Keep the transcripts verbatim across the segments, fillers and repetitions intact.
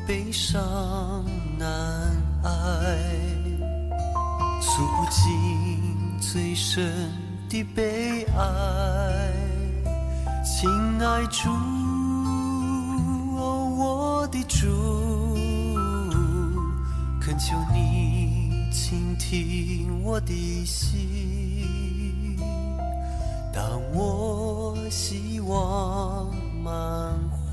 悲伤难挨，诉不尽最深的悲哀。亲爱主，哦，我的主，恳求你倾听我的心。当我希望满怀，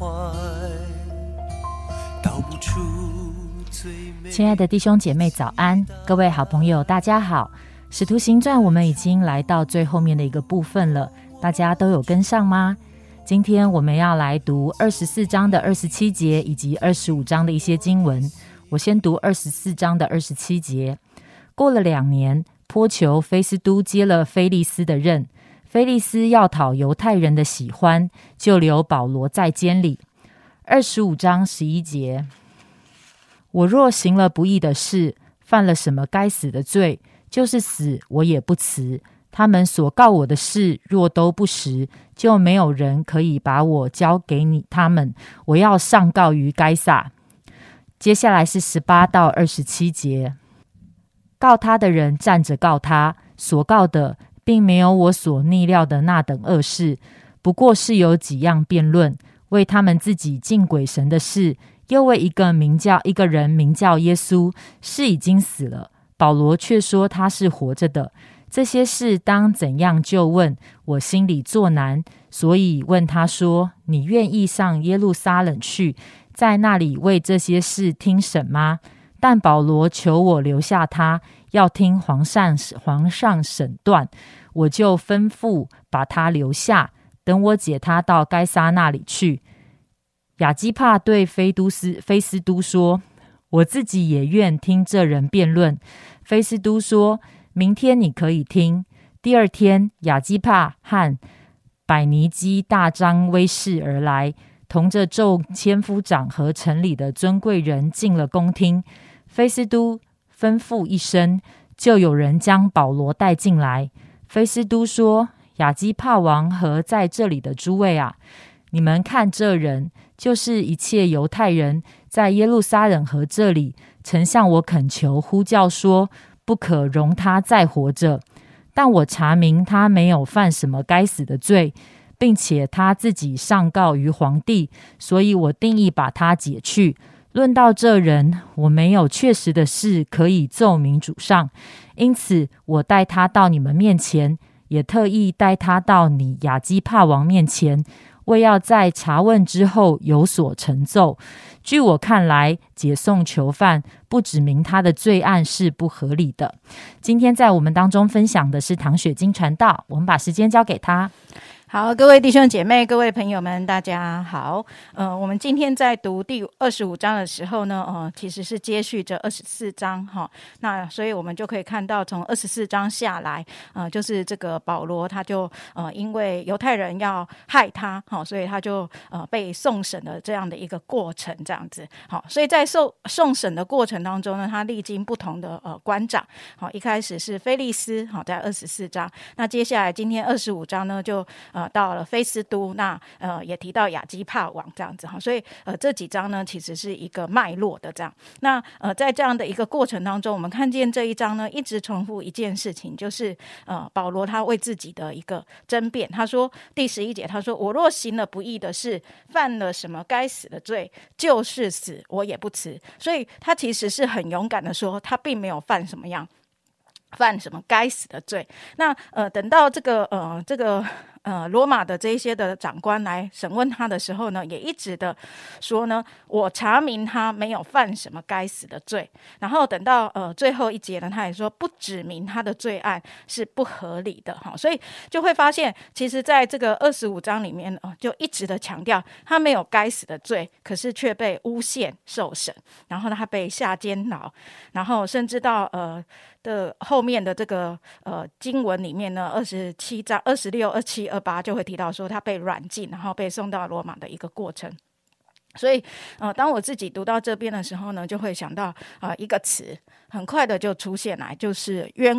道不出最美。 亲爱的弟兄姐妹早安，各位好朋友大家好。使徒行传我们已经来到最后面的一个部分了，大家都有跟上吗？今天我们要来读二十四章的二十七节以及二十五章的一些经文。我先读二十四章的二十七节。过了两年，波求菲斯都接了菲利斯的任，菲利斯要讨犹太人的喜欢，就留保罗在监里。二十五章十一节。我若行了不义的事，犯了什么该死的罪，就是死我也不辞。他们所告我的事若都不实，就没有人可以把我交给你他们，我要上告于该撒。接下来是十八到二十七节。告他的人站着告他，所告的并没有我所逆料的那等恶事，不过是有几样辩论，为他们自己敬鬼神的事，又为一个名叫一个人名叫耶稣，是已经死了，保罗却说他是活着的。这些事当怎样就问，我心里作难，所以问他说，你愿意上耶路撒冷去，在那里为这些事听审吗？但保罗求我留下他，要听皇上皇上审断，我就吩咐把他留下，等我解他到该撒那里去。亚基帕对菲都斯菲斯都说，我自己也愿听这人辩论。菲斯都说，明天你可以听。第二天，亚基帕和百尼基大张威势而来，同着众千夫长和城里的尊贵人进了宫厅。菲斯都吩咐一声，就有人将保罗带进来。菲斯都说，亚基帕王和在这里的诸位啊，你们看这人，就是一切犹太人在耶路撒冷和这里曾向我恳求呼叫说，不可容他再活着。但我查明他没有犯什么该死的罪，并且他自己上告于皇帝，所以我定义把他解去。论到这人，我没有确实的事可以奏明主上，因此我带他到你们面前，也特意带他到你亚基帕王面前，为要在查问之后有所成奏。据我看来，解送囚犯不指明他的罪案是不合理的。今天在我们当中分享的是唐雪晶传道，我们把时间交给他。 好，各位弟兄姐妹，各位朋友们，大家好。呃，我们今天在读第二十五章的时候呢，呃，其实是接续着二十四章哈。那所以我们就可以看到，从二十四章下来，呃，就是这个保罗他就呃因为犹太人要害他，好，所以他就呃被送审的这样的一个过程，这样子。好，所以在送送审的过程当中呢，他历经不同的呃官长。好，一开始是菲利斯，好，在二十四章。那接下来今天二十五章呢，就呃，到了菲斯都，那呃也提到亚基帕王这样子哈，所以呃这几章呢其实是一个脉络的这样。那呃在这样的一个过程当中，我们看见这一章呢一直重复一件事情，就是呃保罗他为自己的一个争辩。他说第十一节，他说我若行了不义的事，犯了什么该死的罪，就是死我也不辞。所以他其实是很勇敢的说，他并没有犯什么样。犯什么该死的罪？那呃，等到这个呃这个呃罗马的这一些的长官来审问他的时候呢，也一直的说呢，我查明他没有犯什么该死的罪。然后等到呃最后一节呢，他也说不指明他的罪案是不合理的哈。所以就会发现，其实在这个二十五章里面呃，就一直的强调他没有该死的罪，可是却被诬陷受审，然后他被下监牢，然后甚至到呃。的后面的这个呃经文里面呢，二十七章二十六、二七、二八就会提到说他被软禁，然后被送到罗马的一个过程。所以呃，当我自己读到这边的时候呢，就会想到啊、呃、一个词，很快的就出现来，就是冤枉。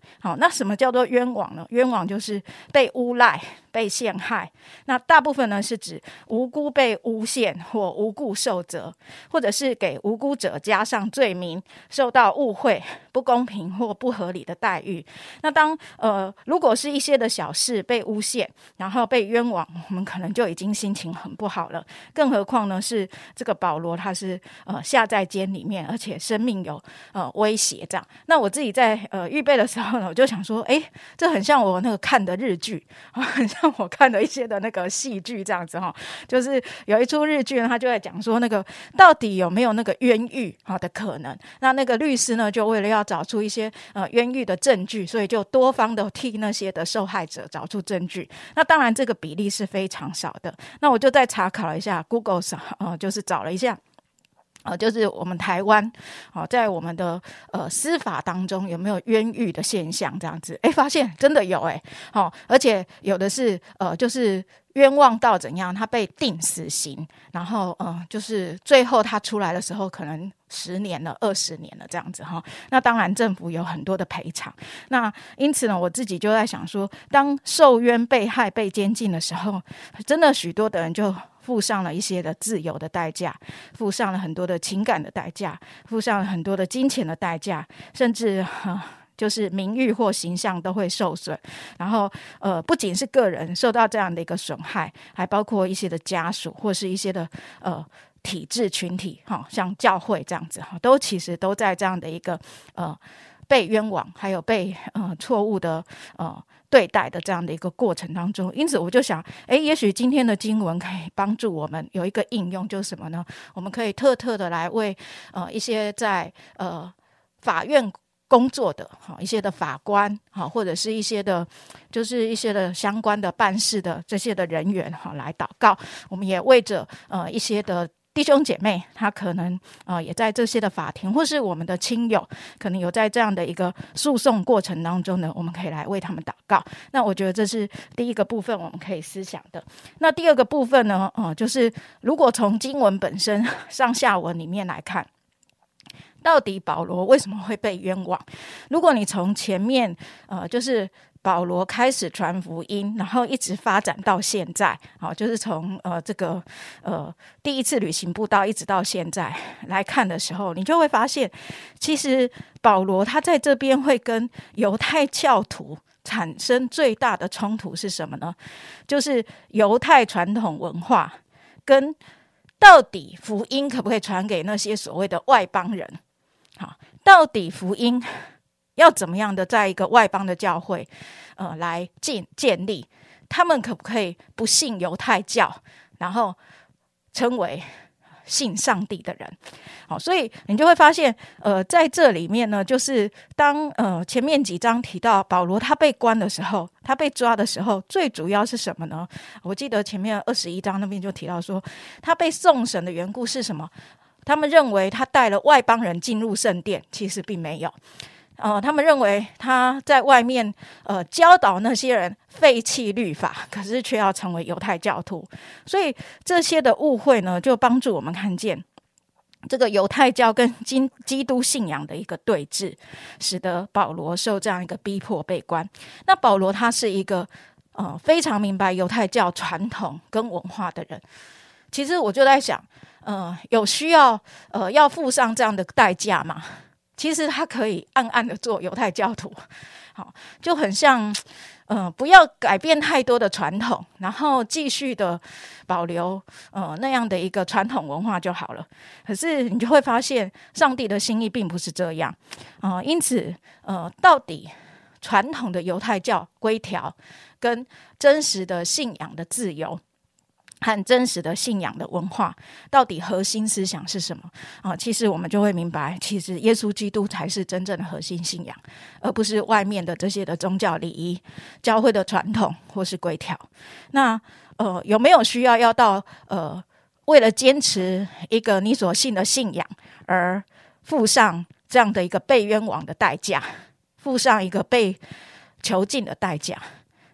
好，那什么叫做冤枉呢？冤枉就是被诬赖、被陷害。那大部分呢是指无辜被诬陷或无故受责，或者是给无辜者加上罪名，受到误会、不公平或不合理的待遇。那当呃如果是一些的小事被诬陷，然后被冤枉，我们可能就已经心情很不好了。更何况呢是这个保罗他是呃下在监里面，而且生命有呃威胁这样。那我自己在呃预备的时候呢，我就想说，哎，这很像我那个看的日剧，很像我看的一些的那个戏剧这样子哈。就是有一出日剧呢，他就在讲说那个到底有没有那个冤狱啊的可能。那那个律师呢，就为了要找出一些呃冤狱的证据，所以就多方的替那些的受害者找出证据。那当然这个比例是非常少的。那我就再查考了一下 Google 上，呃，就是找了一下。呃，就是我们台湾，哦，在我们的呃司法当中有没有冤狱的现象？这样子，哎，发现真的有，哎，哦，而且有的是呃，就是冤枉到怎样，他被定死刑，然后呃，就是最后他出来的时候，可能十年了、二十年了这样子哈。那当然，政府有很多的赔偿。那因此呢，我自己就在想说，当受冤、被害、被监禁的时候，真的许多的人就付上了一些的自由的代价，付上了很多的情感的代价，付上了很多的金钱的代价，甚至、呃、就是名誉或形象都会受损。然后呃，不仅是个人受到这样的一个损害，还包括一些的家属或是一些的呃体制群体，像教会这样子，都其实都在这样的一个呃被冤枉，还有被呃错误的呃对待的这样的一个过程当中。因此我就想，诶，也许今天的经文可以帮助我们有一个应用，就是什么呢？我们可以特特的来为呃一些在呃法院工作的一些的法官，或者是一些的就是一些的相关的办事的这些的人员来祷告。我们也为着呃一些的弟兄姐妹，他可能呃也在这些的法庭，或是我们的亲友可能有在这样的一个诉讼过程当中呢，我们可以来为他们祷告。那我觉得这是第一个部分我们可以思想的。那第二个部分呢，呃、就是如果从经文本身上下文里面来看，到底保罗为什么会被冤枉？如果你从前面呃就是保罗开始传福音，然后一直发展到现在，好，就是从呃这个呃第一次旅行布道一直到现在来看的时候，你就会发现，其实保罗他在这边会跟犹太教徒产生最大的冲突是什么呢？就是犹太传统文化跟到底福音可不可以传给那些所谓的外邦人？好，到底福音要怎么样的在一个外邦的教会呃来建建立，他们可不可以不信犹太教，然后称为信上帝的人？好，所以你就会发现呃在这里面呢，就是当呃前面几章提到保罗他被关的时候，他被抓的时候，最主要是什么呢？我记得前面二十一章那边就提到说，他被送审的缘故是什么？他们认为他带了外邦人进入圣殿，其实并没有。呃，他们认为他在外面呃教导那些人废弃律法，可是却要成为犹太教徒。所以这些的误会呢，就帮助我们看见这个犹太教跟基督信仰的一个对峙，使得保罗受这样一个逼迫被关。那保罗他是一个呃非常明白犹太教传统跟文化的人。其实我就在想，呃，有需要呃要付上这样的代价吗？其实他可以暗暗的做犹太教徒，好，就很像呃不要改变太多的传统，然后继续的保留呃那样的一个传统文化就好了。可是你就会发现上帝的心意并不是这样，呃因此呃到底传统的犹太教规条跟真实的信仰的自由和真实的信仰的文化，到底核心思想是什么、呃、其实我们就会明白，其实耶稣基督才是真正的核心信仰，而不是外面的这些的宗教礼仪、教会的传统或是规条。那呃有没有需要要到呃为了坚持一个你所信的信仰而付上这样的一个被冤枉的代价，付上一个被囚禁的代价？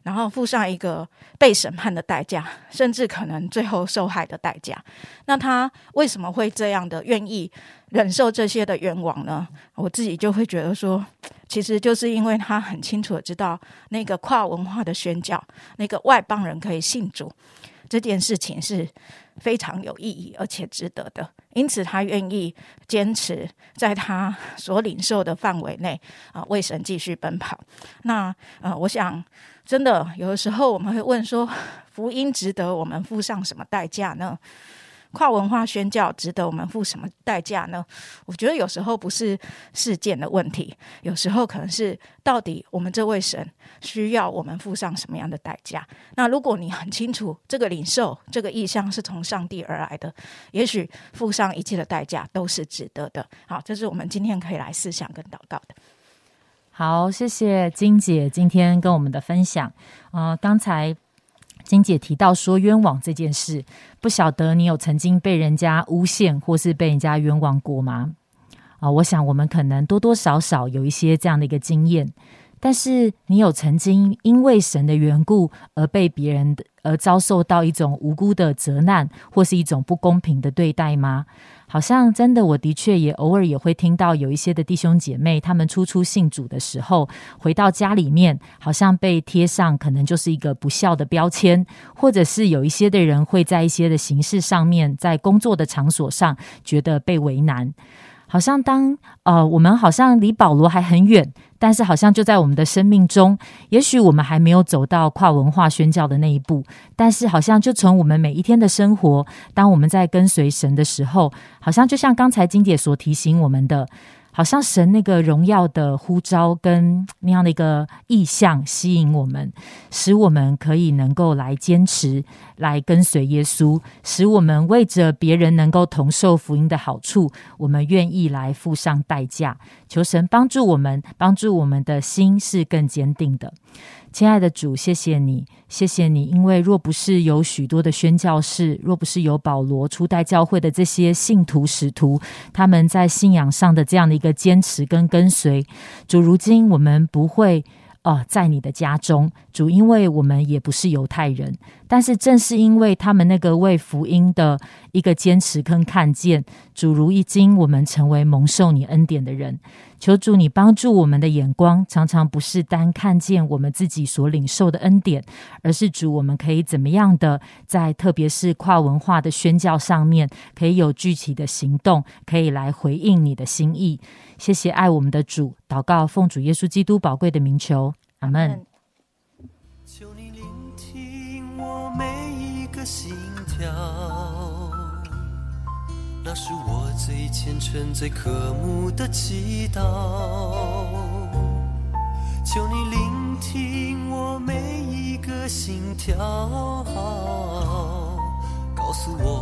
然后付上一个被审判的代价，甚至可能最后受害的代价。那他为什么会这样的愿意忍受这些的冤枉呢？我自己就会觉得说，其实就是因为他很清楚的知道那个跨文化的宣教，那个外邦人可以信主这件事情是非常有意义而且值得的，因此他愿意坚持在他所领受的范围内啊、呃，为神继续奔跑。那呃，我想真的有的时候我们会问说，福音值得我们付上什么代价呢？跨文化宣教值得我们付什么代价呢？我觉得有时候不是事件的问题，有时候可能是到底我们这位神需要我们付上什么样的代价。那如果你很清楚这个领受这个意向是从上帝而来的，也许付上一切的代价都是值得的。好，这是我们今天可以来思想跟祷告的。 好，谢谢金姐今天跟我们的分享。呃，刚才金姐提到说冤枉这件事，不晓得你有曾经被人家诬陷或是被人家冤枉过吗？啊、呃，我想我们可能多多少少有一些这样的一个经验，但是你有曾经因为神的缘故而被别人而遭受到一种无辜的责难，或是一种不公平的对待吗？好像真的，我的确也偶尔也会听到有一些的弟兄姐妹，他们初初信主的时候，回到家里面，好像被贴上可能就是一个不孝的标签，或者是有一些的人会在一些的形式上面，在工作的场所上觉得被为难。好像当呃我们好像离保罗还很远，但是好像就在我们的生命中，也许我们还没有走到跨文化宣教的那一步，但是好像就从我们每一天的生活，当我们在跟随神的时候，好像就像刚才金姐所提醒我们的，好像神那个荣耀的呼召跟那样的一个意向吸引我们，使我们可以能够来坚持来跟随耶稣，使我们为着别人能够同受福音的好处，我们愿意来付上代价。求神帮助我们，帮助我们的心是更坚定的。亲爱的主，谢谢你，谢谢你，因为若不是有许多的宣教士，若不是有保罗初代教会的这些信徒使徒，他们在信仰上的这样的一个坚持跟跟随，主，如今我们不会哦，在你的家中，主，因为我们也不是犹太人，但是正是因为他们那个为福音的一个坚持跟看见，主，如今我们成为蒙受你恩典的人。求主你帮助我们的眼光，常常不是单看见我们自己所领受的恩典，而是主，我们可以怎么样的在特别是跨文化的宣教上面，可以有具体的行动，可以来回应你的心意。谢谢爱我们的主，祷告奉主耶稣基督宝贵的名求，阿们。 求你聆听我每一个心跳，那是我最虔诚最渴慕的祈祷。求你聆听我每一个心跳，告诉我